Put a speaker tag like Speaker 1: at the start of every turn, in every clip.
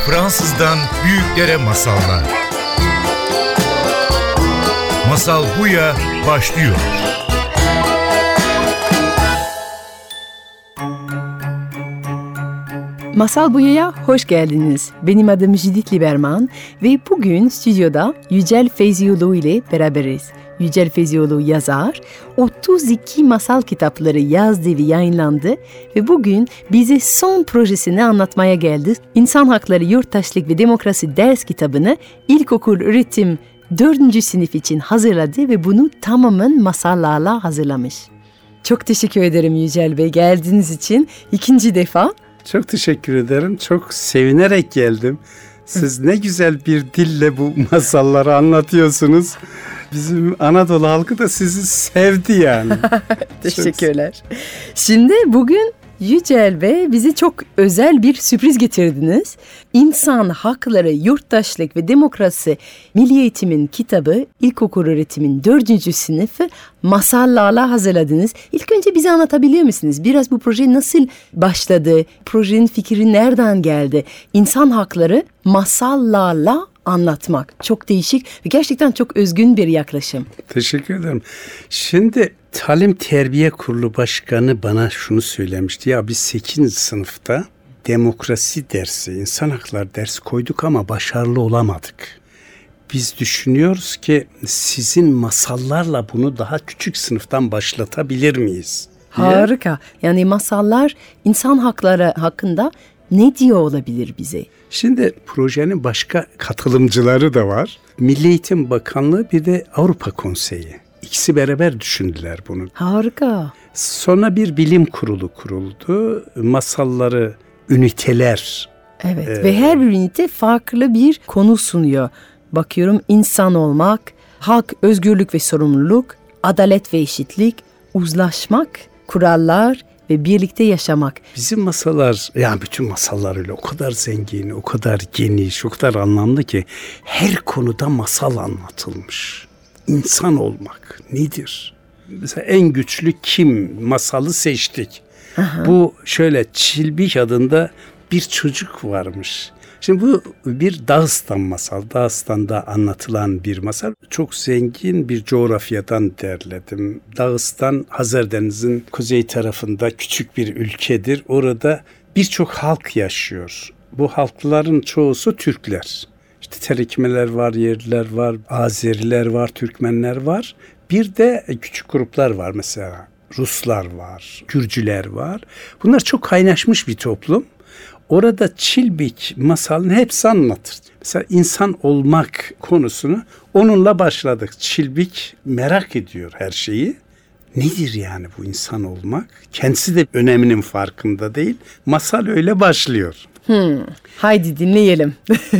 Speaker 1: Fransızdan büyüklere masallar. Masal Buya başlıyor.
Speaker 2: Masal Buya'ya hoş geldiniz. Benim adım Judith Lieberman ve bugün stüdyoda Yücel Feyzioğlu ile beraberiz. Yücel Feyzioğlu yazar, 32 masal kitapları yazdı ve yayınlandı ve bugün bize son projesini anlatmaya geldi. İnsan Hakları, Yurttaşlık ve Demokrasi ders kitabını ilkokul öğretim 4. sınıf için hazırladı ve bunu tamamen masallarla hazırlamış. Çok teşekkür ederim Yücel Bey geldiğiniz için ikinci defa.
Speaker 3: Çok teşekkür ederim. Çok sevinerek geldim. Siz ne güzel bir dille bu masalları anlatıyorsunuz. Bizim Anadolu halkı da sizi sevdi yani.
Speaker 2: Teşekkürler. Şimdi bugün Yücel Bey bize çok özel bir sürpriz getirdiniz. İnsan Hakları, Yurttaşlık ve Demokrasi Milli Eğitim'in kitabı ilkokul öğretimin 4. sınıfı masallarla hazırladınız. İlk önce bize anlatabilir misiniz? Biraz bu proje nasıl başladı? Projenin fikri nereden geldi? İnsan hakları masallarla anlatmak. Çok değişik ve gerçekten çok özgün bir yaklaşım.
Speaker 3: Teşekkür ederim. Şimdi Talim Terbiye Kurulu Başkanı bana şunu söylemişti. Ya biz 8. sınıfta demokrasi dersi, insan hakları dersi koyduk ama başarılı olamadık. Biz düşünüyoruz ki sizin masallarla bunu daha küçük sınıftan başlatabilir miyiz?
Speaker 2: Harika. Yani masallar insan hakları hakkında ne diyor olabilir bize?
Speaker 3: Şimdi projenin başka katılımcıları da var. Milli Eğitim Bakanlığı bir de Avrupa Konseyi. İkisi beraber düşündüler bunu.
Speaker 2: Harika.
Speaker 3: Sonra bir bilim kurulu kuruldu. Masalları, üniteler.
Speaker 2: Evet ve her bir ünite farklı bir konu sunuyor. Bakıyorum insan olmak, hak, özgürlük ve sorumluluk, adalet ve eşitlik, uzlaşmak, kurallar ve birlikte yaşamak.
Speaker 3: Bizim masallar, yani bütün masallar öyle o kadar zengin, o kadar geniş, o kadar anlamlı ki her konuda masal anlatılmış. İnsan olmak nedir? Mesela en güçlü kim? Masalı seçtik. Aha. Bu şöyle Çilbik adında bir çocuk varmış. Şimdi bu bir Dağıstan masal. Dağıstan'da anlatılan bir masal. Çok zengin bir coğrafyadan derledim. Dağıstan Hazar Denizi'nin kuzey tarafında küçük bir ülkedir. Orada birçok halk yaşıyor. Bu halkların çoğusu Türkler. İşte Terikmeler var, yerliler var, Azeriler var, Türkmenler var. Bir de küçük gruplar var mesela. Ruslar var, Gürcüler var. Bunlar çok kaynaşmış bir toplum. Orada Çilbik masalını hepsi anlatır. Mesela insan olmak konusunu onunla başladık. Çilbik merak ediyor her şeyi. Nedir yani bu insan olmak? Kendisi de öneminin farkında değil. Masal öyle başlıyor.
Speaker 2: Haydi dinleyelim.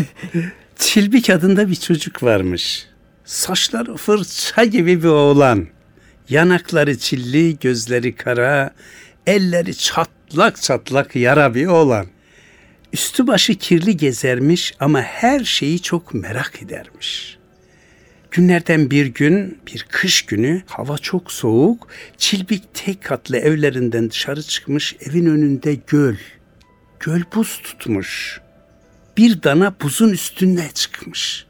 Speaker 3: Çilbik adında bir çocuk varmış. Saçları fırça gibi bir oğlan. Yanakları çilli, gözleri kara, elleri çatlak çatlak yara bir oğlan. Üstü başı kirli gezermiş ama her şeyi çok merak edermiş. Günlerden bir gün, bir kış günü, hava çok soğuk, Çilbik tek katlı evlerinden dışarı çıkmış, evin önünde göl. Göl buz tutmuş. Bir dana buzun üstüne çıkmış.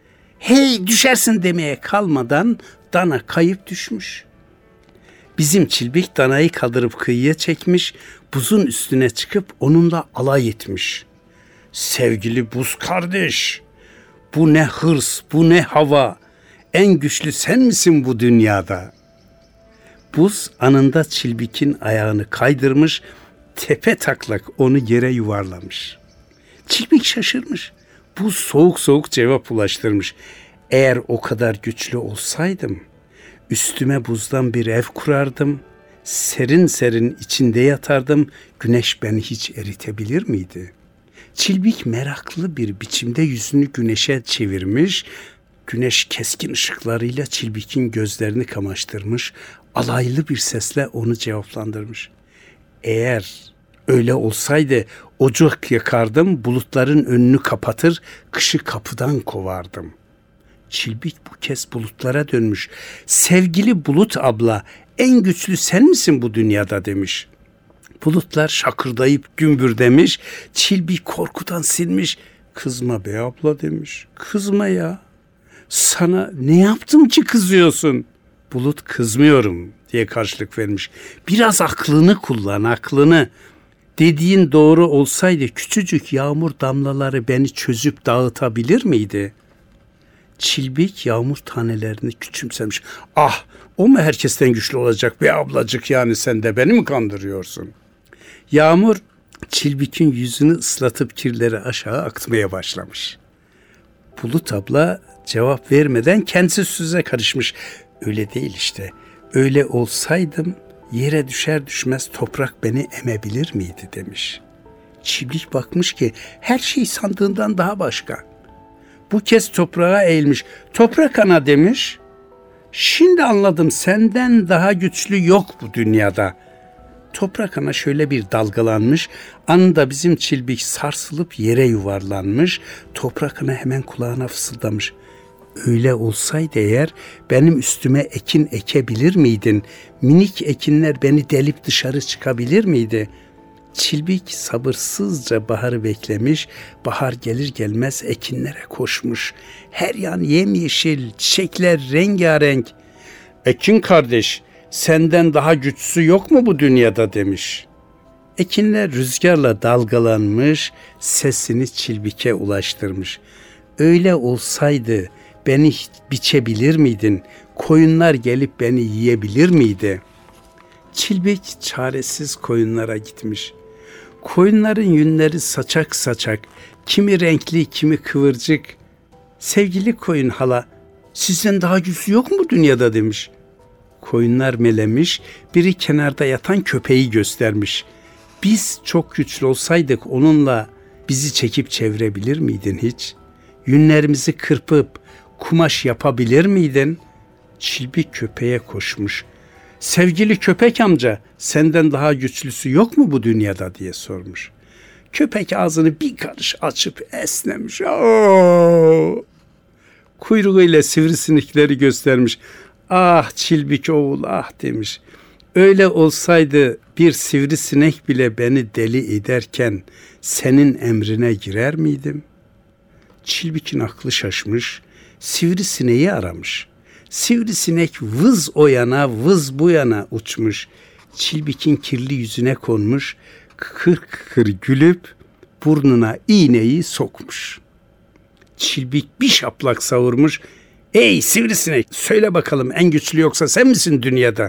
Speaker 3: Hey düşersin demeye kalmadan dana kayıp düşmüş. Bizim Çilbik danayı kaldırıp kıyıya çekmiş, buzun üstüne çıkıp onunla alay etmiş. Sevgili buz kardeş, bu ne hırs, bu ne hava, en güçlü sen misin bu dünyada? Buz anında Çilbik'in ayağını kaydırmış, tepe taklak onu yere yuvarlamış. Çilbik şaşırmış, buz soğuk soğuk cevap ulaştırmış. Eğer o kadar güçlü olsaydım, üstüme buzdan bir ev kurardım, serin serin içinde yatardım, güneş beni hiç eritebilir miydi? Çilbik meraklı bir biçimde yüzünü güneşe çevirmiş, güneş keskin ışıklarıyla Çilbik'in gözlerini kamaştırmış, alaylı bir sesle onu cevaplandırmış. Eğer öyle olsaydı ocak yakardım, bulutların önünü kapatır, kışı kapıdan kovardım. Çilbik bu kez bulutlara dönmüş. Sevgili bulut abla, en güçlü sen misin bu dünyada demiş. Bulutlar şakırdayıp gümbürdemiş, Çilbik korkudan silmiş. Kızma be abla demiş. Kızma ya. Sana ne yaptım ki kızıyorsun? Bulut kızmıyorum diye karşılık vermiş. Biraz aklını kullan, aklını. Dediğin doğru olsaydı küçücük yağmur damlaları beni çözüp dağıtabilir miydi? Çilbik yağmur tanelerini küçümsemiş. Ah, o mu herkesten güçlü olacak be ablacık, yani sen de beni mi kandırıyorsun? Yağmur Çilbik'in yüzünü ıslatıp kirleri aşağı akıtmaya başlamış. Bulut abla cevap vermeden kendisi söze karışmış. Öyle değil işte. Öyle olsaydım yere düşer düşmez toprak beni emebilir miydi demiş. Çilbik bakmış ki her şey sandığından daha başka. Bu kez toprağa eğilmiş. Toprak ana demiş. Şimdi anladım, senden daha güçlü yok bu dünyada. Toprak ana şöyle bir dalgalanmış. Anında bizim Çilbik sarsılıp yere yuvarlanmış. Toprak ana hemen kulağına fısıldamış. Öyle olsaydı eğer benim üstüme ekin ekebilir miydin? Minik ekinler beni delip dışarı çıkabilir miydi? Çilbik sabırsızca baharı beklemiş. Bahar gelir gelmez ekinlere koşmuş. Her yan yemyeşil, çiçekler rengarenk. Ekin kardeş, senden daha güçlüsü yok mu bu dünyada demiş. Ekinler rüzgarla dalgalanmış, sesini Çilbik'e ulaştırmış. Öyle olsaydı beni biçebilir miydin? Koyunlar gelip beni yiyebilir miydi? Çilbik çaresiz koyunlara gitmiş. Koyunların yünleri saçak saçak, kimi renkli, kimi kıvırcık. Sevgili koyun hala, sizden daha güçlü yok mu dünyada demiş. Koyunlar melemiş, biri kenarda yatan köpeği göstermiş. Biz çok güçlü olsaydık onunla bizi çekip çevirebilir miydin hiç? Yünlerimizi kırpıp kumaş yapabilir miydin? Çilbik köpeğe koşmuş. Sevgili köpek amca, senden daha güçlüsü yok mu bu dünyada diye sormuş. Köpek ağzını bir karış açıp esnemiş. Oo! Kuyruğuyla sivrisinekleri göstermiş. Ah Çilbik oğul ah demiş. Öyle olsaydı bir sivrisinek bile beni deli ederken senin emrine girer miydim? Çilbik'in aklı şaşmış, sivrisineği aramış. Sivrisinek vız o yana vız bu yana uçmuş. Çilbik'in kirli yüzüne konmuş, kıkır kıkır gülüp burnuna iğneyi sokmuş. Çilbik bir şaplak savurmuş. Ey sivrisinek, söyle bakalım en güçlü yoksa sen misin dünyada?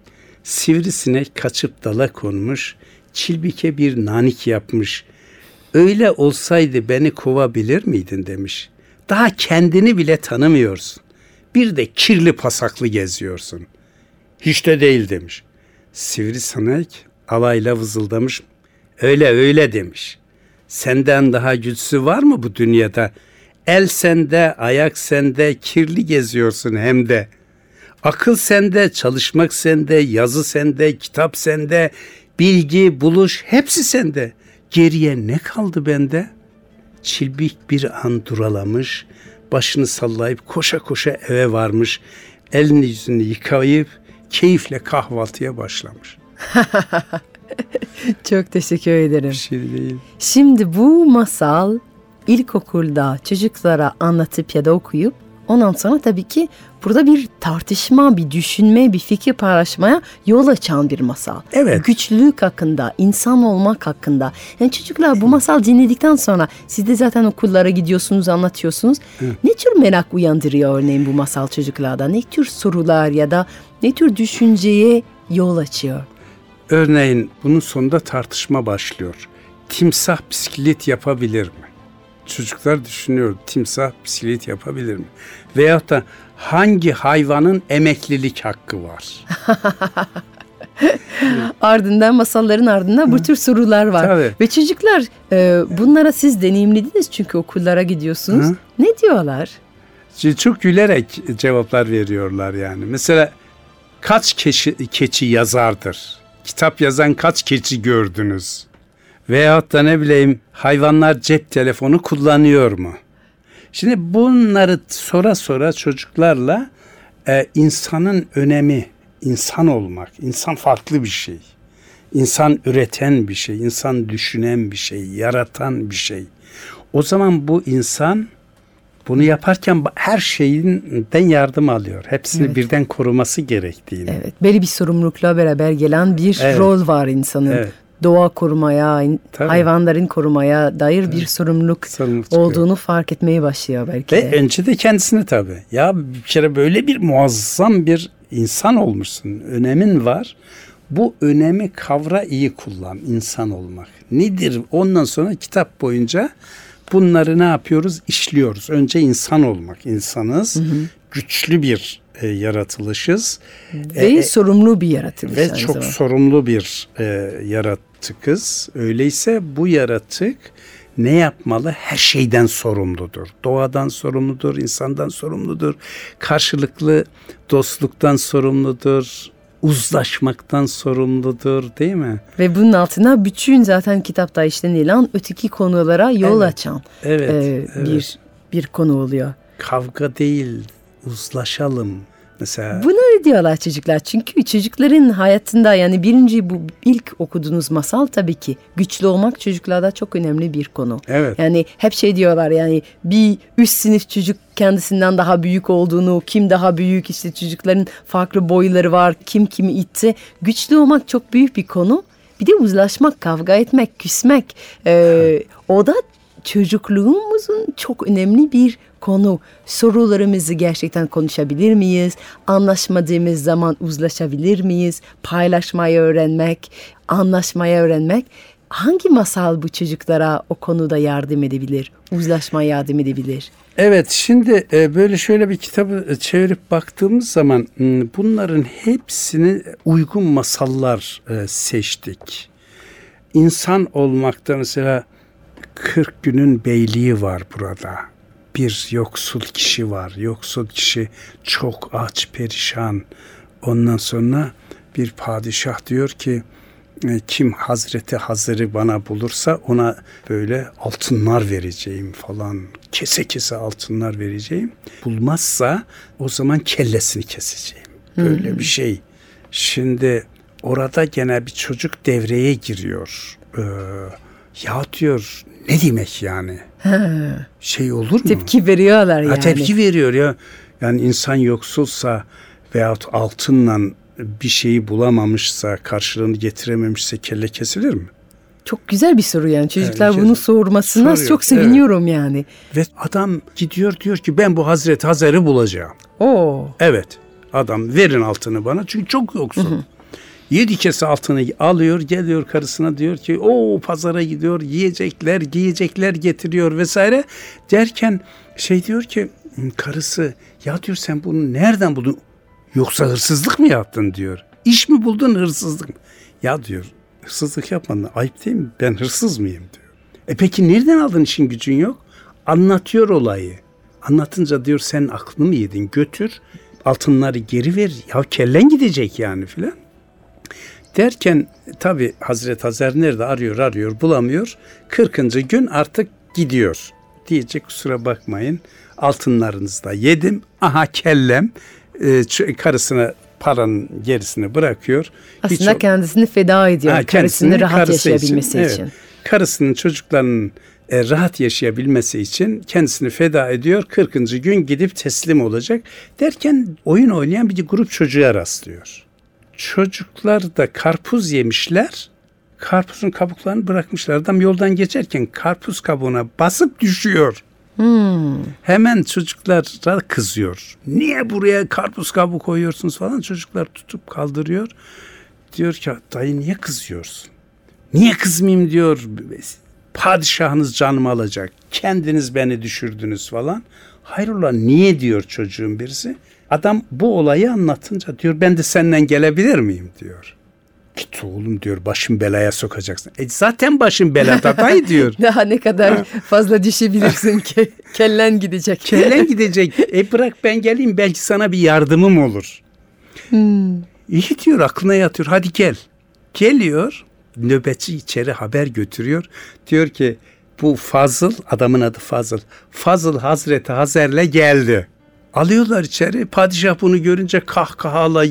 Speaker 3: Sivrisinek kaçıp dala konmuş, Çilbik'e bir nanik yapmış. Öyle olsaydı beni kovabilir miydin demiş. Daha kendini bile tanımıyorsun. Bir de kirli pasaklı geziyorsun. Hiç de değil demiş. Sivrisinek alayla vızıldamış. Öyle demiş. Senden daha güçlüsü var mı bu dünyada? El sende, ayak sende, kirli geziyorsun hem de. Akıl sende, çalışmak sende, yazı sende, kitap sende, bilgi, buluş hepsi sende. Geriye ne kaldı bende? Çilbik bir an duralamış, başını sallayıp koşa koşa eve varmış. Elini yüzünü yıkayıp keyifle kahvaltıya başlamış.
Speaker 2: Çok teşekkür ederim.
Speaker 3: Bir şey değil.
Speaker 2: Şimdi bu masal ilkokulda çocuklara anlatıp ya da okuyup ondan sonra tabii ki burada bir tartışma, bir düşünme, bir fikir paylaşmaya yol açan bir masal.
Speaker 3: Evet.
Speaker 2: Güçlülük hakkında, insan olmak hakkında. Yani çocuklar bu masal dinledikten sonra siz de zaten okullara gidiyorsunuz, anlatıyorsunuz. Ne tür merak uyandırıyor örneğin bu masal çocuklarda? Ne tür sorular ya da ne tür düşünceye yol açıyor?
Speaker 3: Örneğin bunun sonunda tartışma başlıyor. Timsah bisiklet yapabilir mi? Çocuklar düşünüyor, timsah bisiklet yapabilir mi? Veyahut da hangi hayvanın emeklilik hakkı var?
Speaker 2: Ardından masalların ardından bu tür sorular var.
Speaker 3: Tabii.
Speaker 2: Ve çocuklar bunlara siz deneyimlediniz çünkü okullara gidiyorsunuz.
Speaker 3: Hı.
Speaker 2: Ne diyorlar?
Speaker 3: Çok gülerek cevaplar veriyorlar yani. Mesela kaç keçi yazardır? Kitap yazan kaç keçi gördünüz? Veyahut da ne bileyim hayvanlar cep telefonu kullanıyor mu? Şimdi bunları sonra çocuklarla insanın önemi, insan olmak, insan farklı bir şey. İnsan üreten bir şey, insan düşünen bir şey, yaratan bir şey. O zaman bu insan bunu yaparken her şeyinden yardım alıyor. Hepsini birden koruması gerektiğini.
Speaker 2: Evet, belli bir sorumlulukla beraber gelen bir rol var insanın. Evet. Doğa korumaya, hayvanların korumaya dair bir sorumluluk olduğunu fark etmeye başlıyor belki de.
Speaker 3: Ve önce de kendisini tabii. Ya bir kere böyle bir muazzam bir insan olmuşsun. Önemin var. Bu önemi kavra, iyi kullan. İnsan olmak nedir? Ondan sonra kitap boyunca bunları ne yapıyoruz? İşliyoruz. Önce insan olmak. İnsanız. Güçlü bir yaratılışız.
Speaker 2: Ve sorumlu bir yaratılış.
Speaker 3: Ve çok sorumlu bir yaratıkız. Öyleyse bu yaratık ne yapmalı? Her şeyden sorumludur. Doğadan sorumludur, insandan sorumludur. Karşılıklı dostluktan sorumludur. Uzlaşmaktan sorumludur, değil mi?
Speaker 2: Ve bunun altına bütün zaten kitapta işlenilen öteki konulara yol açan bir konu oluyor.
Speaker 3: Kavga değil, uzlaşalım. Mesela.
Speaker 2: Bunu diyorlar çocuklar. Çünkü çocukların hayatında yani bu ilk okuduğunuz masal tabii ki güçlü olmak çocuklarda çok önemli bir konu.
Speaker 3: Evet.
Speaker 2: Yani hep diyorlar yani bir üst sınıf çocuk kendisinden daha büyük olduğunu, kim daha büyük, işte çocukların farklı boyları var, kim kimi itti. Güçlü olmak çok büyük bir konu. Bir de uzlaşmak, kavga etmek, küsmek. O da çocukluğumuzun çok önemli bir konu. Sorularımızı gerçekten konuşabilir miyiz? Anlaşmadığımız zaman uzlaşabilir miyiz? Paylaşmayı öğrenmek, anlaşmayı öğrenmek. Hangi masal bu çocuklara o konuda yardım edebilir? Uzlaşmaya yardım edebilir?
Speaker 3: Evet, şimdi böyle şöyle bir kitabı çevirip baktığımız zaman bunların hepsini uygun masallar seçtik. İnsan olmakta mesela 40 günün beyliği var burada. Bir yoksul kişi var. Yoksul kişi çok aç, perişan. Ondan sonra bir padişah diyor ki kim Hazreti Hazır'ı bana bulursa ona böyle altınlar vereceğim falan. Kese kese altınlar vereceğim. Bulmazsa o zaman kellesini keseceğim. Böyle bir şey. Şimdi orada gene bir çocuk devreye giriyor. Ya diyor ne demek yani? Şey olur mu?
Speaker 2: Tepki veriyorlar yani.
Speaker 3: Tepki veriyor ya. Yani insan yoksulsa veyahut altınla bir şeyi bulamamışsa, karşılığını getirememişse kelle kesilir mi?
Speaker 2: Çok güzel bir soru yani. Çocuklar bunu sormasına çok seviniyorum yani.
Speaker 3: Ve adam gidiyor diyor ki ben bu Hazreti Hazar'ı bulacağım. Evet. Adam verin altını bana çünkü çok yoksul. 7 kese altını alıyor, geliyor karısına diyor ki pazara gidiyor, yiyecekler, giyecekler getiriyor vesaire. Derken diyor ki karısı ya diyor sen bunu nereden buldun? Yoksa hırsızlık mı yaptın diyor. İş mi buldun, hırsızlık mı? Ya diyor hırsızlık yapmadın, ayıp değil mi? Ben hırsız mıyım diyor. Peki nereden aldın, işin gücün yok? Anlatıyor olayı. Anlatınca diyor sen aklını mı yedin, götür altınları geri ver. Ya kellen gidecek yani filan. Derken tabii Hazreti Hazar nerede arıyor bulamıyor. 40. gün artık gidiyor. Diyecek kusura bakmayın altınlarınızı da yedim. Aha kellem. Karısına paranın gerisini bırakıyor.
Speaker 2: Aslında kendisini feda ediyor. Karısını rahat yaşayabilmesi için. Evet.
Speaker 3: Karısının çocuklarının rahat yaşayabilmesi için kendisini feda ediyor. 40. gün gidip teslim olacak. Derken oyun oynayan bir grup çocuğa rastlıyor. Çocuklar da karpuz yemişler. Karpuzun kabuklarını bırakmışlar. Adam yoldan geçerken karpuz kabuğuna basıp düşüyor. Hemen çocuklara kızıyor. Niye buraya karpuz kabuğu koyuyorsunuz falan. Çocuklar tutup kaldırıyor. Diyor ki dayı niye kızıyorsun? Niye kızmayayım diyor. Padişahınız canımı alacak. Kendiniz beni düşürdünüz falan. Hayrola niye diyor çocuğun birisi. Adam bu olayı anlatınca diyor ben de senden gelebilir miyim diyor. Git oğlum diyor başım belaya sokacaksın. Zaten başım belada dayı diyor.
Speaker 2: Daha ne kadar fazla düşebilirsin ki kellen gidecek.
Speaker 3: Kellen gidecek. Bırak ben geleyim belki sana bir yardımım olur. İyi diyor aklına yatıyor hadi gel. Geliyor nöbetçi içeri haber götürüyor. Diyor ki bu Fazıl adamın adı Fazıl. Fazıl Hazreti Hazer'le geldi. Alıyorlar içeri. Padişah bunu görünce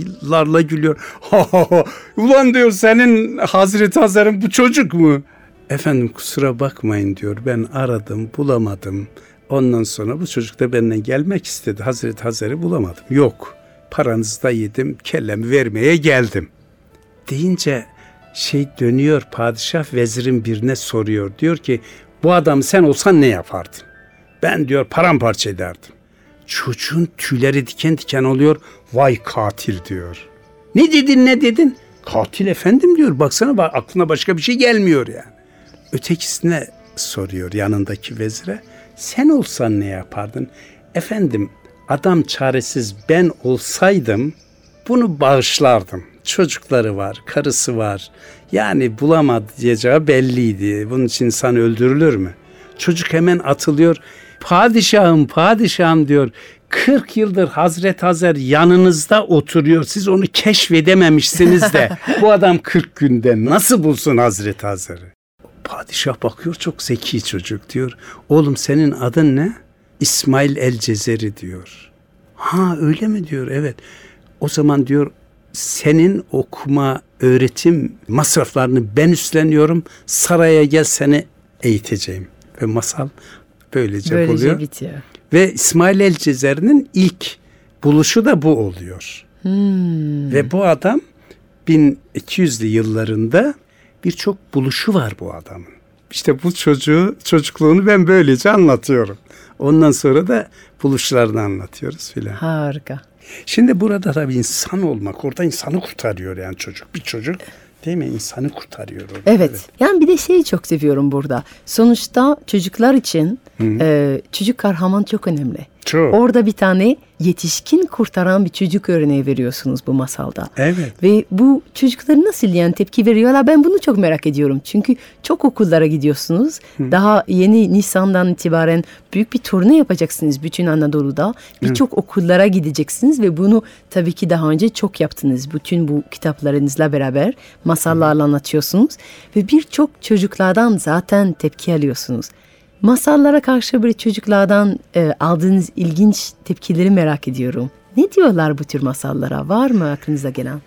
Speaker 3: kahkahalarla gülüyor. Ulan diyor senin Hazreti Hazar'ın bu çocuk mu? Efendim kusura bakmayın diyor, ben aradım bulamadım. Ondan sonra bu çocuk da benden gelmek istedi. Hazreti Hazar'ı bulamadım. Yok, paranızı da yedim, kellemi vermeye geldim. Deyince dönüyor, padişah vezirin birine soruyor. Diyor ki bu adam sen olsan ne yapardın? Ben diyor paramparça ederdim. Çocuğun tüyleri diken diken oluyor. Vay katil diyor. Ne dedin? Katil efendim diyor. Baksana bak, aklına başka bir şey gelmiyor yani. Ötekisine soruyor, yanındaki vezire. Sen olsan ne yapardın? Efendim adam çaresiz, ben olsaydım bunu bağışlardım. Çocukları var, karısı var. Yani bulamayacağı belliydi. Bunun için insan öldürülür mü? Çocuk hemen atılıyor. Padişahım diyor. 40 yıldır Hazreti Hazar yanınızda oturuyor. Siz onu keşfedememişsiniz de bu adam 40 günde nasıl bulsun Hazreti Hazar'ı? Padişah bakıyor, çok zeki çocuk diyor. Oğlum senin adın ne? İsmail el Cezeri diyor. Ha öyle mi diyor, evet. O zaman diyor senin okuma, öğretim masraflarını ben üstleniyorum. Saraya gel, seni eğiteceğim. Ve masal böylece oluyor.
Speaker 2: Bitiyor.
Speaker 3: Ve İsmail el Cezeri'nin ilk buluşu da bu oluyor. Ve bu adam 1200'lü yıllarında birçok buluşu var bu adamın. İşte bu çocukluğunu ben böylece anlatıyorum. Ondan sonra da buluşlarını anlatıyoruz filan.
Speaker 2: Harika.
Speaker 3: Şimdi burada tabii insan olmak, orada insanı kurtarıyor yani çocuk. Bir çocuk değil mi? İnsanı kurtarıyor orada.
Speaker 2: Evet. Yani bir de şeyi çok seviyorum burada. Sonuçta çocuklar için çocuk kahraman çok önemli.
Speaker 3: Çok.
Speaker 2: Orada bir tane yetişkin kurtaran bir çocuk örneği veriyorsunuz bu masalda.
Speaker 3: Evet.
Speaker 2: Ve bu çocuklar nasıl yani tepki veriyorlar? Ben bunu çok merak ediyorum. Çünkü çok okullara gidiyorsunuz. Daha yeni Nisan'dan itibaren büyük bir turne yapacaksınız bütün Anadolu'da. Birçok okullara gideceksiniz ve bunu tabii ki daha önce çok yaptınız. Bütün bu kitaplarınızla beraber masallarla anlatıyorsunuz. Ve birçok çocuklardan zaten tepki alıyorsunuz. Masallara karşı bir çocuklardan aldığınız ilginç tepkileri merak ediyorum. Ne diyorlar bu tür masallara? Var mı aklınıza gelen?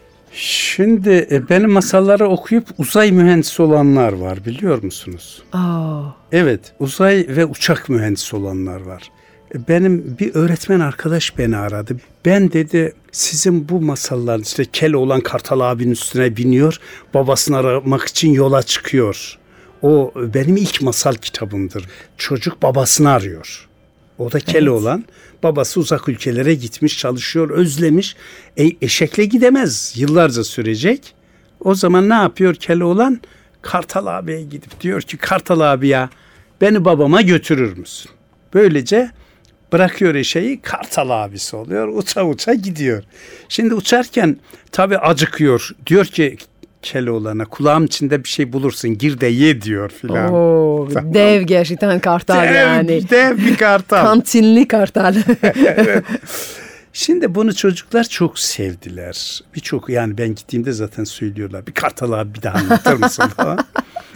Speaker 3: Şimdi benim masalları okuyup uzay mühendisi olanlar var, biliyor musunuz? Evet, uzay ve uçak mühendisi olanlar var. Benim bir öğretmen arkadaş beni aradı. Ben dedi sizin bu masallar işte Keloğlan Kartal abinin üstüne biniyor, babasını aramak için yola çıkıyor. O benim ilk masal kitabımdır. Çocuk babasını arıyor. O da Keloğlan. Babası uzak ülkelere gitmiş, çalışıyor, özlemiş. Eşekle gidemez. Yıllarca sürecek. O zaman ne yapıyor Keloğlan? Kartal abiye gidip diyor ki Kartal abi ya beni babama götürür müsün? Böylece bırakıyor eşeği, Kartal abisi oluyor. Uça uça gidiyor. Şimdi uçarken tabii acıkıyor. Diyor ki Keloğlan'a kulağım içinde bir şey bulursun gir de ye diyor filan.
Speaker 2: Tamam. Dev gerçekten kartal yani.
Speaker 3: Dev bir kartal.
Speaker 2: Kantinli kartal.
Speaker 3: Evet. Şimdi bunu çocuklar çok sevdiler. Birçok yani ben gittiğimde zaten söylüyorlar. Bir Kartal abi bir daha anlatır mısın falan.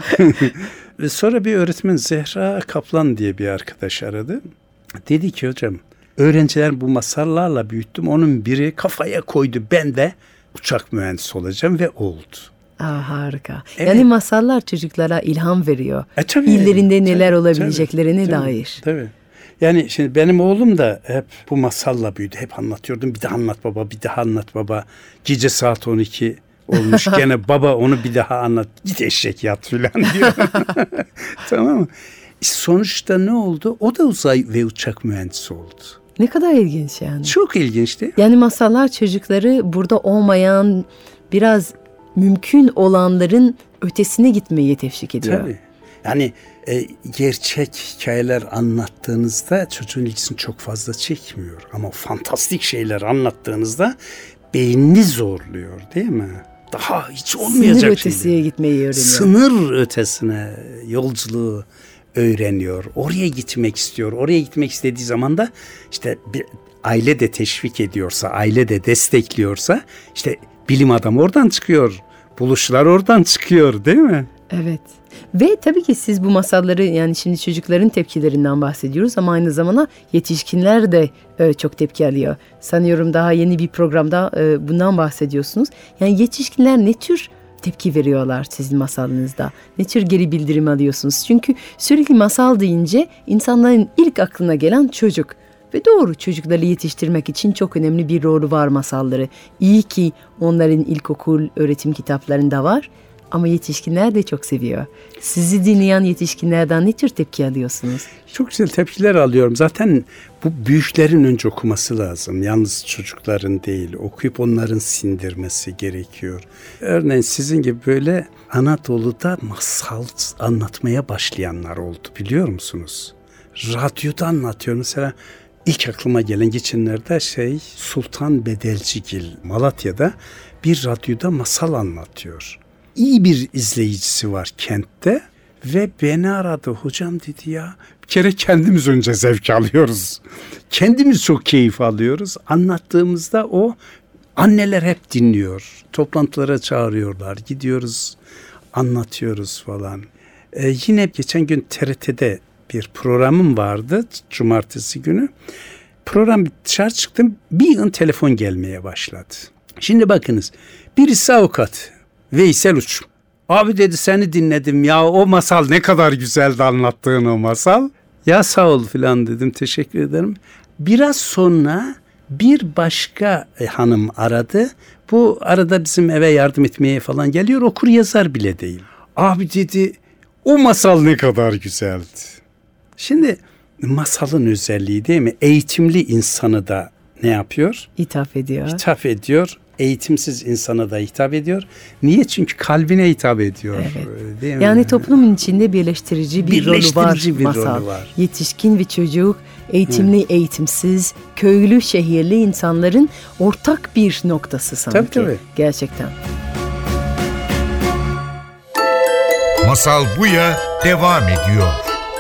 Speaker 3: Ve sonra bir öğretmen Zehra Kaplan diye bir arkadaş aradı. Dedi ki hocam öğrenciler bu masallarla büyüttüm. Onun biri kafaya koydu ben de uçak mühendisi olacağım ve oldu.
Speaker 2: Harika.
Speaker 3: Evet.
Speaker 2: Yani masallar çocuklara ilham veriyor.
Speaker 3: Tabii,
Speaker 2: İllerinde neler
Speaker 3: tabii,
Speaker 2: olabileceklerine
Speaker 3: tabii,
Speaker 2: dair.
Speaker 3: Tabii. Yani şimdi benim oğlum da hep bu masalla büyüdü. Hep anlatıyordum. Bir daha anlat baba, bir daha anlat baba. Gece saat 12 olmuş gene baba onu bir daha anlat. Git eşek yat filan diyor. Tamam mı? Sonuçta ne oldu? O da uzay ve uçak mühendisi oldu.
Speaker 2: Ne kadar ilginç yani.
Speaker 3: Çok ilginçti.
Speaker 2: Yani masallar çocukları burada olmayan biraz mümkün olanların ötesine gitmeyi teşvik ediyor.
Speaker 3: Tabii. Yani gerçek hikayeler anlattığınızda çocuğun ilgisini çok fazla çekmiyor. Ama fantastik şeyler anlattığınızda beynini zorluyor değil mi? Daha hiç olmayacak
Speaker 2: Sınır ötesiye
Speaker 3: şeyler.
Speaker 2: gitmeyi öğreniyor.
Speaker 3: Sınır ötesine yolculuğu öğreniyor. Oraya gitmek istiyor. Oraya gitmek istediği zaman da işte bir aile de teşvik ediyorsa, aile de destekliyorsa işte bilim adamı oradan çıkıyor. Buluşlar oradan çıkıyor değil mi?
Speaker 2: Evet. Ve tabii ki siz bu masalları yani şimdi çocukların tepkilerinden bahsediyoruz ama aynı zamanda yetişkinler de çok tepki alıyor. Sanıyorum daha yeni bir programda bundan bahsediyorsunuz. Yani yetişkinler ne tür tepki veriyorlar sizin masalınızda? Ne tür geri bildirim alıyorsunuz? Çünkü sürekli masal deyince insanların ilk aklına gelen çocuk. Ve doğru, çocukları yetiştirmek için çok önemli bir rolü var masalları. İyi ki onların ilkokul öğretim kitaplarında var. Ama yetişkinler de çok seviyor. Sizi dinleyen yetişkinlerden ne tür tepki alıyorsunuz?
Speaker 3: Çok güzel tepkiler alıyorum. Zaten bu büyüklerin önce okuması lazım. Yalnız çocukların değil. Okuyup onların sindirmesi gerekiyor. Örneğin sizin gibi böyle Anadolu'da masal anlatmaya başlayanlar oldu, biliyor musunuz? Radyoda anlatıyor. Mesela ilk aklıma gelen geçenlerde Sultan Bedelcigil Malatya'da bir radyoda masal anlatıyor. İyi bir izleyicisi var kentte ve beni aradı. Hocam dedi, ya bir kere kendimiz önce zevk alıyoruz. Kendimiz çok keyif alıyoruz. Anlattığımızda o anneler hep dinliyor. Toplantılara çağırıyorlar. Gidiyoruz, anlatıyoruz falan. Yine geçen gün TRT'de bir programım vardı. Cumartesi günü. Program dışarı çıktım. Bir an telefon gelmeye başladı. Şimdi bakınız. Birisi avukat. Veysel Uç. Abi dedi, seni dinledim ya, o masal ne kadar güzeldi anlattığın o masal. Ya sağ ol filan dedim, teşekkür ederim. Biraz sonra bir başka hanım aradı. Bu arada bizim eve yardım etmeye falan geliyor, okur yazar bile değil. Abi dedi, o masal ne kadar güzeldi. Şimdi masalın özelliği değil mi? Eğitimli insanı da ne yapıyor?
Speaker 2: Hitap ediyor.
Speaker 3: Hitap ediyor. Eğitimsiz insana da hitap ediyor. Niye? Çünkü kalbine hitap ediyor.
Speaker 2: Evet.
Speaker 3: Değil mi?
Speaker 2: Yani toplumun içinde birleştirici bir rolü var. Yetişkin ve çocuk, eğitimli, eğitimsiz, köylü, şehirli insanların ortak bir noktası sanki.
Speaker 3: Tabii.
Speaker 2: Gerçekten.
Speaker 1: Masal Buya devam ediyor.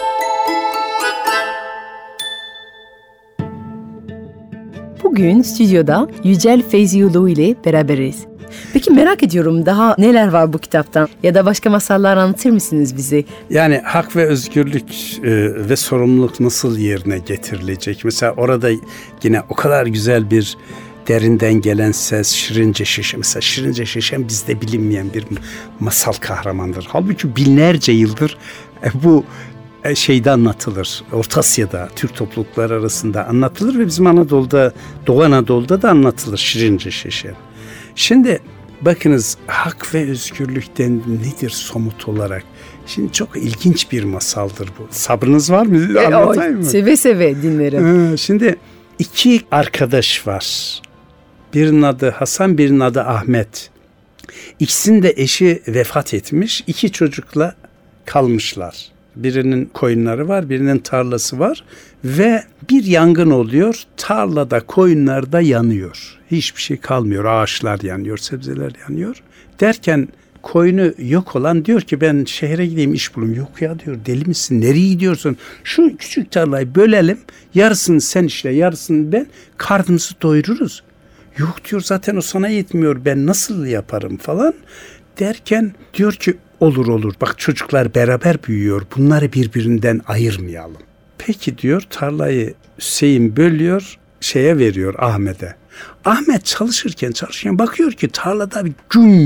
Speaker 2: Bugün stüdyoda Yücel Feyziulu ile beraberiz. Peki merak ediyorum, daha neler var bu kitaptan? Ya da başka masallar anlatır mısınız bize?
Speaker 3: Yani hak ve özgürlük ve sorumluluk nasıl yerine getirilecek? Mesela orada yine o kadar güzel bir derinden gelen ses, Şirince Şişem. Mesela Şirince Şişem bizde bilinmeyen bir masal kahramandır. Halbuki binlerce yıldır bu şeyde anlatılır. Orta Asya'da, Türk toplulukları arasında anlatılır ve bizim Anadolu'da, Doğu Anadolu'da da anlatılır Şirince Şişem. Şimdi bakınız, hak ve özgürlükten nedir somut olarak? Şimdi çok ilginç bir masaldır bu. Sabrınız var mı? Anlatayım mı?
Speaker 2: Seve seve dinlerim.
Speaker 3: Şimdi iki arkadaş var. Birinin adı Hasan, birinin adı Ahmet. İkisinin de eşi vefat etmiş. 2 çocukla kalmışlar. Birinin koyunları var, birinin tarlası var ve bir yangın oluyor. Tarlada, koyunlarda yanıyor. Hiçbir şey kalmıyor. Ağaçlar yanıyor, sebzeler yanıyor. Derken koyunu yok olan diyor ki, ben şehre gideyim, iş bulayım. Yok ya diyor, deli misin? Nereye gidiyorsun? Şu küçük tarlayı bölelim. Yarısını sen işle, yarısını ben. Karnımızı doyururuz. Yok diyor, zaten o sana yetmiyor. Ben nasıl yaparım falan. Derken diyor ki, olur. Bak çocuklar beraber büyüyor. Bunları birbirinden ayırmayalım. Peki diyor, tarlayı Hüseyin bölüyor, veriyor Ahmet'e. Ahmet çalışırken bakıyor ki tarlada bir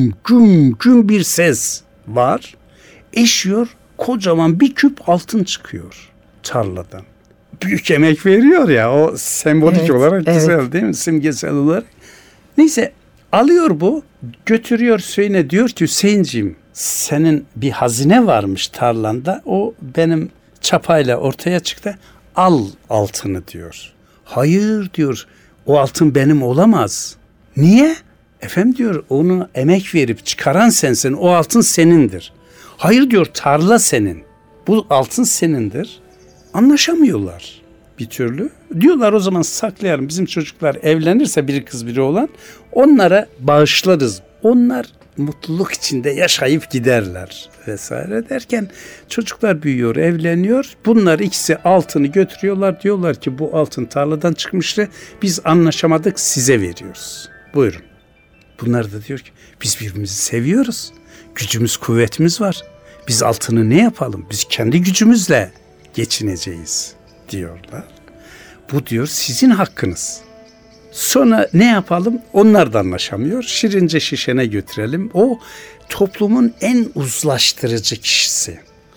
Speaker 3: güm bir ses var. Eşiyor, kocaman bir küp altın çıkıyor tarladan. Büyük emek veriyor ya, o sembolik olarak güzel değil mi? Simgesel olarak. Neyse, alıyor bu, götürüyor Hüseyin'e, diyor ki, Hüseyinciğim, senin bir hazine varmış tarlanda, o benim çapayla ortaya çıktı, al altını diyor. Hayır diyor, o altın benim olamaz. Niye? Efendim diyor, onu emek verip çıkaran sensin, o altın senindir. Hayır diyor, tarla senin, bu altın senindir. Anlaşamıyorlar bir türlü. Diyorlar, o zaman saklayalım, bizim çocuklar evlenirse, biri kız biri oğlan, onlara bağışlarız. Onlar mutluluk içinde yaşayıp giderler vesaire derken çocuklar büyüyor, evleniyor. Bunlar ikisi altını götürüyorlar. Diyorlar ki, bu altın tarladan çıkmıştı. Biz anlaşamadık, size veriyoruz. Buyurun. Bunlar da diyor ki, biz birbirimizi seviyoruz. Gücümüz, kuvvetimiz var. Biz altını ne yapalım? Biz kendi gücümüzle geçineceğiz diyorlar. Bu diyor sizin hakkınız. Sonra ne yapalım? Onlar da anlaşamıyor. Şirince Şişen'e götürelim. O toplumun en uzlaştırıcı kişisi.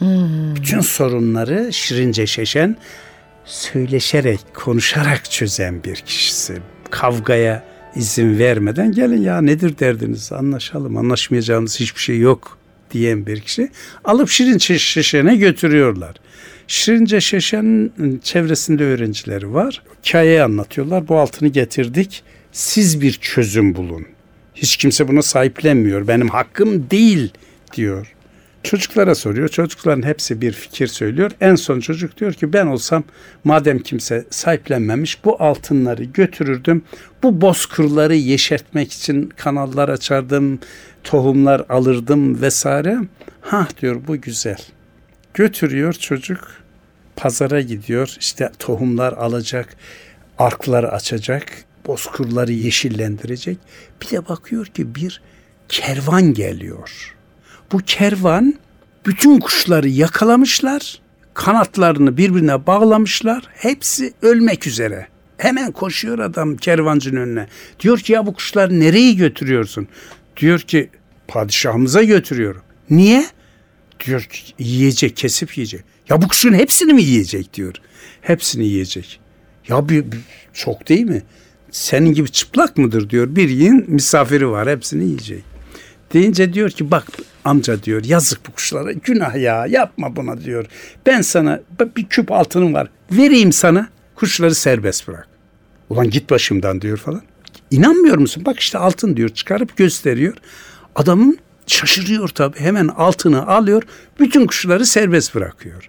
Speaker 3: Bütün sorunları Şirince Şişen söyleşerek, konuşarak çözen bir kişisi. Kavgaya izin vermeden gelin ya nedir derdiniz, anlaşalım, anlaşmayacağımız hiçbir şey yok diyen bir kişi. Alıp Şirince Şişen'e götürüyorlar. Şirince Şişen'in çevresinde öğrencileri var. Hikayeyi anlatıyorlar. Bu altını getirdik. Siz bir çözüm bulun. Hiç kimse buna sahiplenmiyor. Benim hakkım değil diyor. Çocuklara soruyor. Çocukların hepsi bir fikir söylüyor. En son çocuk diyor ki ben olsam madem kimse sahiplenmemiş bu altınları götürürdüm. Bu bozkırları yeşertmek için kanallar açardım. Tohumlar alırdım vesaire. Ha diyor bu güzel. Götürüyor çocuk. Pazara gidiyor. İşte tohumlar alacak. Arkları açacak. Bozkırları yeşillendirecek. Bir de bakıyor ki bir kervan geliyor. Bu kervan bütün kuşları yakalamışlar, kanatlarını birbirine bağlamışlar, hepsi ölmek üzere. Hemen koşuyor adam kervancının önüne. Diyor ki ya bu kuşları nereye götürüyorsun? Diyor ki padişahımıza götürüyorum. Niye? Diyor ki yiyecek, kesip yiyecek. Ya bu kuşun hepsini mi yiyecek diyor. Hepsini yiyecek. Ya bir çok değil mi? Senin gibi çıplak mıdır diyor. Bir yiyin misafiri var hepsini yiyecek. Deyince diyor ki bak amca diyor yazık bu kuşlara günah ya yapma buna diyor. Ben sana bir küp altınım var vereyim sana kuşları serbest bırak. Ulan git başımdan diyor falan. İnanmıyor musun? Bak işte altın diyor çıkarıp gösteriyor. Adamın şaşırıyor tabii hemen altını alıyor bütün kuşları serbest bırakıyor.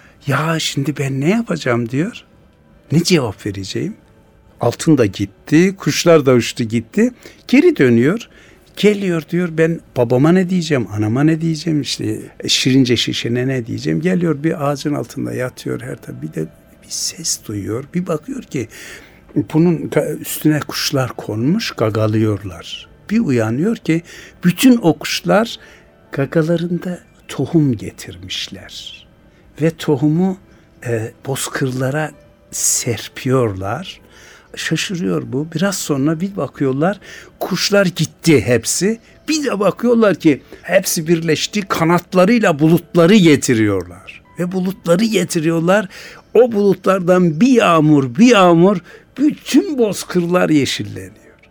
Speaker 3: Ya şimdi ben ne yapacağım diyor. Ne cevap vereceğim? Altın da gitti kuşlar da uçtu gitti geri dönüyor. Geliyor diyor ben babama ne diyeceğim, anama ne diyeceğim, işte Şirince Şişen'e ne diyeceğim. Geliyor bir ağacın altında yatıyor her tabi bir de bir ses duyuyor. Bir bakıyor ki bunun üstüne kuşlar konmuş gagalıyorlar. Bir uyanıyor ki bütün o kuşlar gagalarında tohum getirmişler. Ve tohumu bozkırlara serpiyorlar. Şaşırıyor bu. Biraz sonra bir bakıyorlar kuşlar gitti hepsi. Bir de bakıyorlar ki hepsi birleşti kanatlarıyla bulutları getiriyorlar. Ve bulutları getiriyorlar. O bulutlardan bir yağmur bütün bozkırlar yeşilleniyor.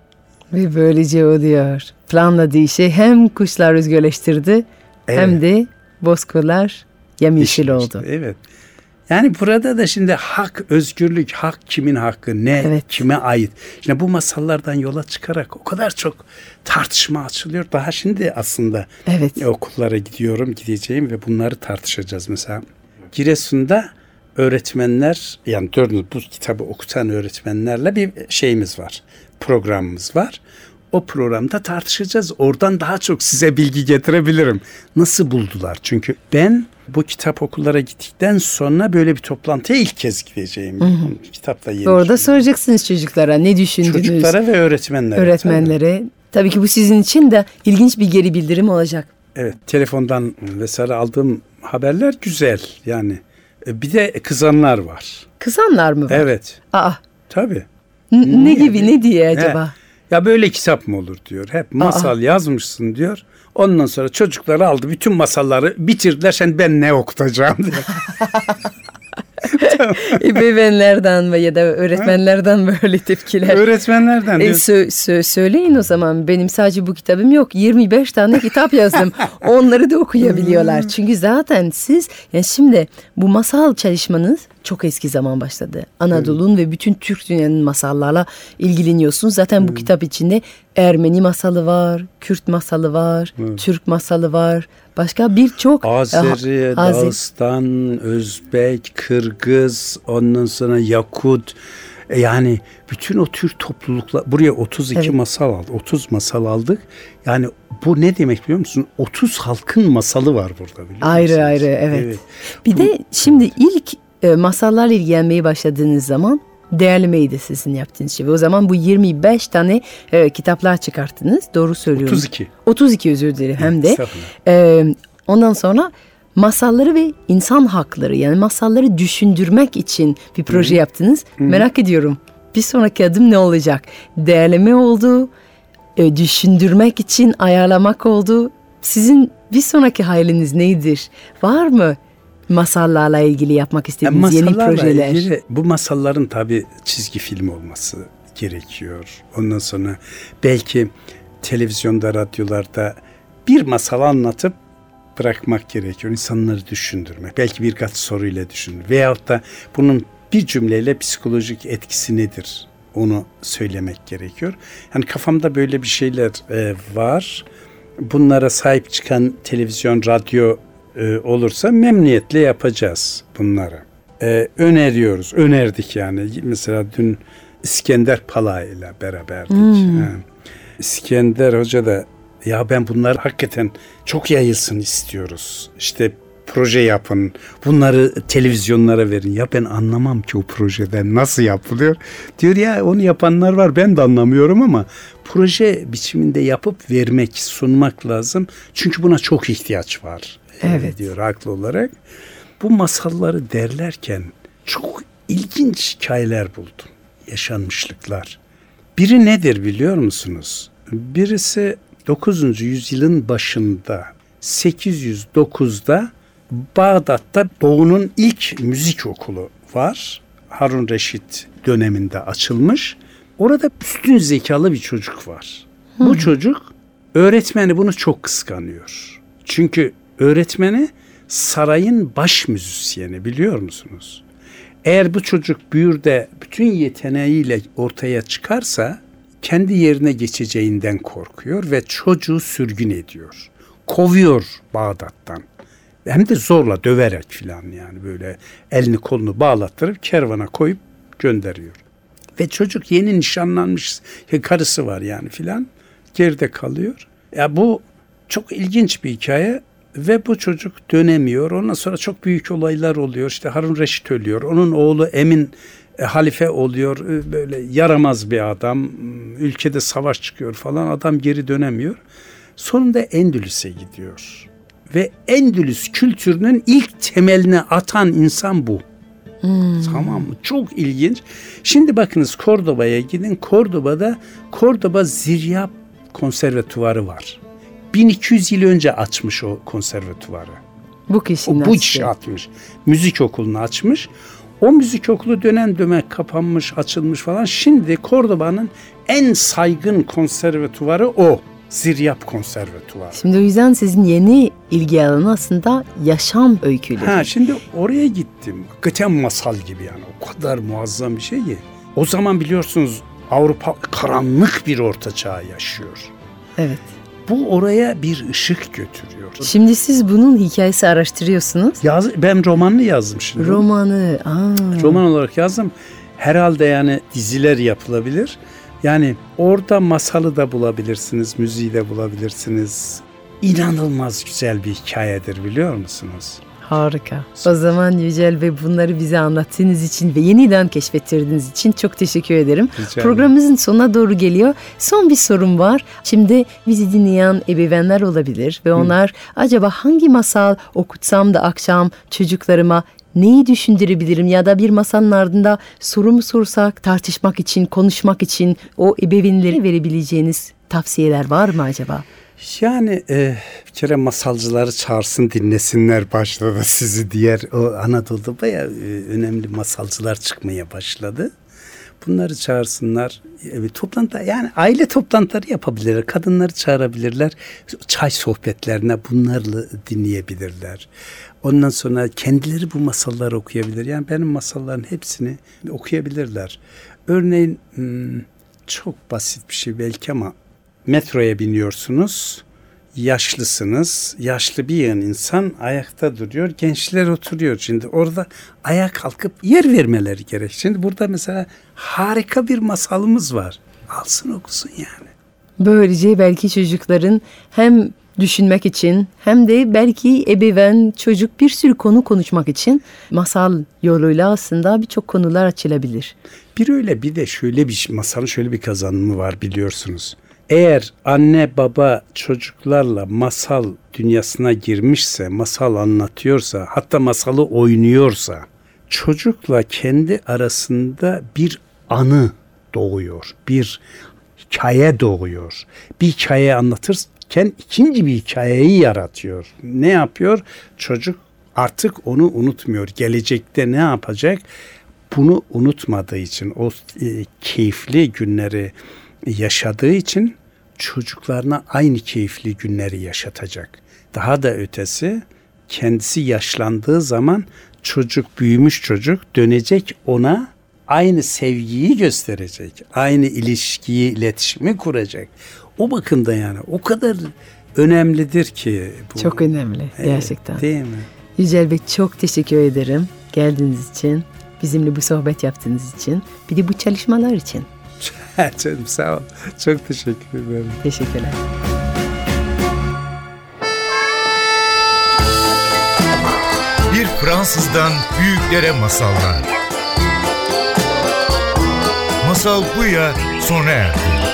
Speaker 2: Ve böylece oluyor. Planladığı şey hem kuşlar özgürleştirdi hem de bozkırlar yemyeşil oldu.
Speaker 3: Evet. Yani burada da şimdi hak, özgürlük, hak kimin hakkı, ne, kime ait? Şimdi bu masallardan yola çıkarak o kadar çok tartışma açılıyor. Daha şimdi aslında okullara gideceğim ve bunları tartışacağız. Mesela Giresun'da öğretmenler, yani bu kitabı okutan öğretmenlerle bir şeyimiz var, programımız var. O programda tartışacağız. Oradan daha çok size bilgi getirebilirim. Nasıl buldular? Çünkü ben bu kitap okullara gittikten sonra böyle bir toplantıya ilk kez gideceğim. Kitapla yeni.
Speaker 2: Orada soracaksınız çocuklara ne düşündünüz?
Speaker 3: Çocuklara ve öğretmenlere.
Speaker 2: Öğretmenlere. Tabii ki bu sizin için de ilginç bir geri bildirim olacak.
Speaker 3: Evet. Telefondan vesaire aldığım haberler güzel. Yani bir de kızanlar var.
Speaker 2: Kızanlar mı var?
Speaker 3: Evet. Tabii.
Speaker 2: Ne gibi, ne diye acaba?
Speaker 3: Ya böyle kitap mı olur diyor. Hep masal yazmışsın diyor. Ondan sonra çocukları aldı. Bütün masalları bitirdiler. Şimdi ben ne okutacağım diyor.
Speaker 2: Ebeveynlerden ya da öğretmenlerden böyle tepkiler.
Speaker 3: Öğretmenlerden diyor.
Speaker 2: Söyleyin o zaman. Benim sadece bu kitabım yok. 25 tane kitap yazdım. Onları da okuyabiliyorlar. Çünkü zaten siz yani şimdi bu masal çalışmanız çok eski zaman başladı. Anadolu'nun ve bütün Türk dünyanın masallarla ilgileniyorsunuz. Zaten bu kitap içinde Ermeni masalı var, Kürt masalı var, Türk masalı var. Başka birçok
Speaker 3: Azeri, Dağıstan, Özbek, Kırgız, ondan sonra Yakut. Yani bütün o Türk topluluklar buraya 32 masal aldı. 30 masal aldık. Yani bu ne demek biliyor musun? 30 halkın masalı var burada biliyor musunuz?
Speaker 2: Ayrı evet. Bir de şimdi ilk masallarla ilgilenmeye başladığınız zaman değerlemeyi de sizin yaptığınız şey. Ve o zaman bu 25 tane kitaplar çıkarttınız. Doğru söylüyorum. 32 özür dilerim hem de. Ondan sonra masalları ve insan hakları yani masalları düşündürmek için bir proje yaptınız. Merak ediyorum. bir sonraki adım ne olacak? Değerleme oldu, düşündürmek için ayarlamak oldu. Sizin bir sonraki hayaliniz nedir? Var mı masallarla ilgili yapmak istediğiniz yeni projeler?
Speaker 3: Ilgili, bu masalların tabii çizgi film olması gerekiyor. Ondan sonra belki televizyonda, radyolarda bir masal anlatıp bırakmak gerekiyor. İnsanları düşündürmek. Belki birkaç soruyla düşündürmek. Veyahut da bunun bir cümleyle psikolojik etkisi nedir? Onu söylemek gerekiyor. Yani kafamda böyle bir şeyler var. Bunlara sahip çıkan televizyon, radyo olursa memnuniyetle yapacağız bunları. Öneriyoruz. Önerdik yani. Mesela dün İskender Pala ile beraberdik. İskender Hoca da ya ben bunlar hakikaten çok yayılsın istiyoruz. İşte proje yapın. Bunları televizyonlara verin. Ya ben anlamam ki o projeden nasıl yapılıyor. Diyor ya onu yapanlar var. Ben de anlamıyorum ama proje biçiminde yapıp vermek, sunmak lazım. Çünkü buna çok ihtiyaç var.
Speaker 2: Evet.
Speaker 3: Diyor haklı olarak. Bu masalları derlerken çok ilginç hikayeler buldum. Yaşanmışlıklar. Biri nedir biliyor musunuz? Birisi 9. yüzyılın başında 809'da Bağdat'ta Doğu'nun ilk müzik okulu var. Harun Reşit döneminde açılmış. Orada üstün zekalı bir çocuk var. Bu çocuk öğretmeni bunu çok kıskanıyor. Çünkü öğretmeni sarayın baş müzisyeni, biliyor musunuz? Eğer bu çocuk büyür de bütün yeteneğiyle ortaya çıkarsa kendi yerine geçeceğinden korkuyor ve çocuğu sürgün ediyor. Kovuyor Bağdat'tan. Hem de zorla döverek filan, yani böyle elini kolunu bağlattırıp kervana koyup gönderiyor. Ve çocuk yeni nişanlanmış, karısı var yani filan, geride kalıyor. Ya bu çok ilginç bir hikaye ve bu çocuk dönemiyor. Ondan sonra çok büyük olaylar oluyor. İşte Harun Reşit ölüyor. Onun oğlu Emin halife oluyor. Böyle yaramaz bir adam. Ülkede savaş çıkıyor falan. Adam geri dönemiyor. Sonunda Endülüs'e gidiyor. Ve Endülüs kültürünün ilk temelini atan insan bu. Tamam mı? Çok ilginç. Şimdi bakınız, Kordoba'ya gidin. Kordoba Ziryap Konservatuvarı var. 1200 yıl önce açmış o konservatuvarı.
Speaker 2: Bu kişi
Speaker 3: açmış. Müzik okulunu açmış. O müzik okulu dönem dönem kapanmış, açılmış falan. Şimdi Kordoba'nın en saygın konservatuvarı o. Ziryap Konservatuvarı.
Speaker 2: Şimdi o yüzden sizin yeni ilgi alanı aslında yaşam öyküleri.
Speaker 3: Şimdi oraya gittim. Hakikaten masal gibi yani. O kadar muazzam bir şey ki. O zaman biliyorsunuz Avrupa karanlık bir orta çağ yaşıyor.
Speaker 2: Evet.
Speaker 3: Bu oraya bir ışık götürüyor.
Speaker 2: Şimdi siz bunun hikayesi araştırıyorsunuz.
Speaker 3: Ben romanını yazdım şimdi. Roman olarak yazdım. Herhalde yani diziler yapılabilir. Yani orada masalı da bulabilirsiniz, müziği de bulabilirsiniz. İnanılmaz güzel bir hikayedir, biliyor musunuz?
Speaker 2: Harika. O zaman Yücel Bey, bunları bize anlattığınız için ve yeniden keşfettirdiğiniz için çok teşekkür ederim. Programımızın sonuna doğru geliyor. Son bir sorum var. Şimdi bizi dinleyen ebeveynler olabilir ve onlar acaba hangi masal okutsam da akşam çocuklarıma neyi düşündürebilirim, ya da bir masanın ardında soru mu sorsak, tartışmak için, konuşmak için o ebeveynlere verebileceğiniz tavsiyeler var mı acaba?
Speaker 3: Yani bir kere masalcıları çağırsın, dinlesinler başladı sizi. Diğer o Anadolu'da bayağı önemli masalcılar çıkmaya başladı. Bunları çağırsınlar. Toplantı, yani aile toplantıları yapabilirler. Kadınları çağırabilirler. Çay sohbetlerine bunlarla dinleyebilirler. Ondan sonra kendileri bu masalları okuyabilir. Yani benim masalların hepsini okuyabilirler. Örneğin çok basit bir şey belki ama metroya biniyorsunuz. Yaşlısınız. Yaşlı bir yığın insan ayakta duruyor. Gençler oturuyor. Şimdi orada ayağa kalkıp yer vermeleri gerek. Şimdi burada mesela harika bir masalımız var. Alsın okusun yani.
Speaker 2: Böylece belki çocukların hem düşünmek için hem de belki ebeveyn, çocuk bir sürü konu konuşmak için masal yoluyla aslında birçok konular açılabilir.
Speaker 3: Bir öyle, bir de şöyle bir masalın şöyle bir kazanımı var, biliyorsunuz. Eğer anne baba çocuklarla masal dünyasına girmişse, masal anlatıyorsa, hatta masalı oynuyorsa, çocukla kendi arasında bir anı doğuyor. Bir hikaye doğuyor. Bir hikaye anlatırken ikinci bir hikayeyi yaratıyor. Ne yapıyor? Çocuk artık onu unutmuyor. Gelecekte ne yapacak? Bunu unutmadığı için, o keyifli günleri yaşadığı için çocuklarına aynı keyifli günleri yaşatacak. Daha da ötesi, kendisi yaşlandığı zaman büyümüş çocuk dönecek, ona aynı sevgiyi gösterecek. Aynı ilişkiyi, iletişimi kuracak. O bakımda yani o kadar önemlidir ki bu.
Speaker 2: Çok önemli gerçekten.
Speaker 3: Değil mi?
Speaker 2: Yücel Bey, çok teşekkür ederim geldiğiniz için, bizimle bu sohbet yaptığınız için, bir de bu çalışmalar için.
Speaker 3: Canım sağ ol. Çok teşekkür ederim.
Speaker 2: Teşekkürler.
Speaker 1: Bir Fransızdan büyüklere masallar. Masal Buya sona erdi.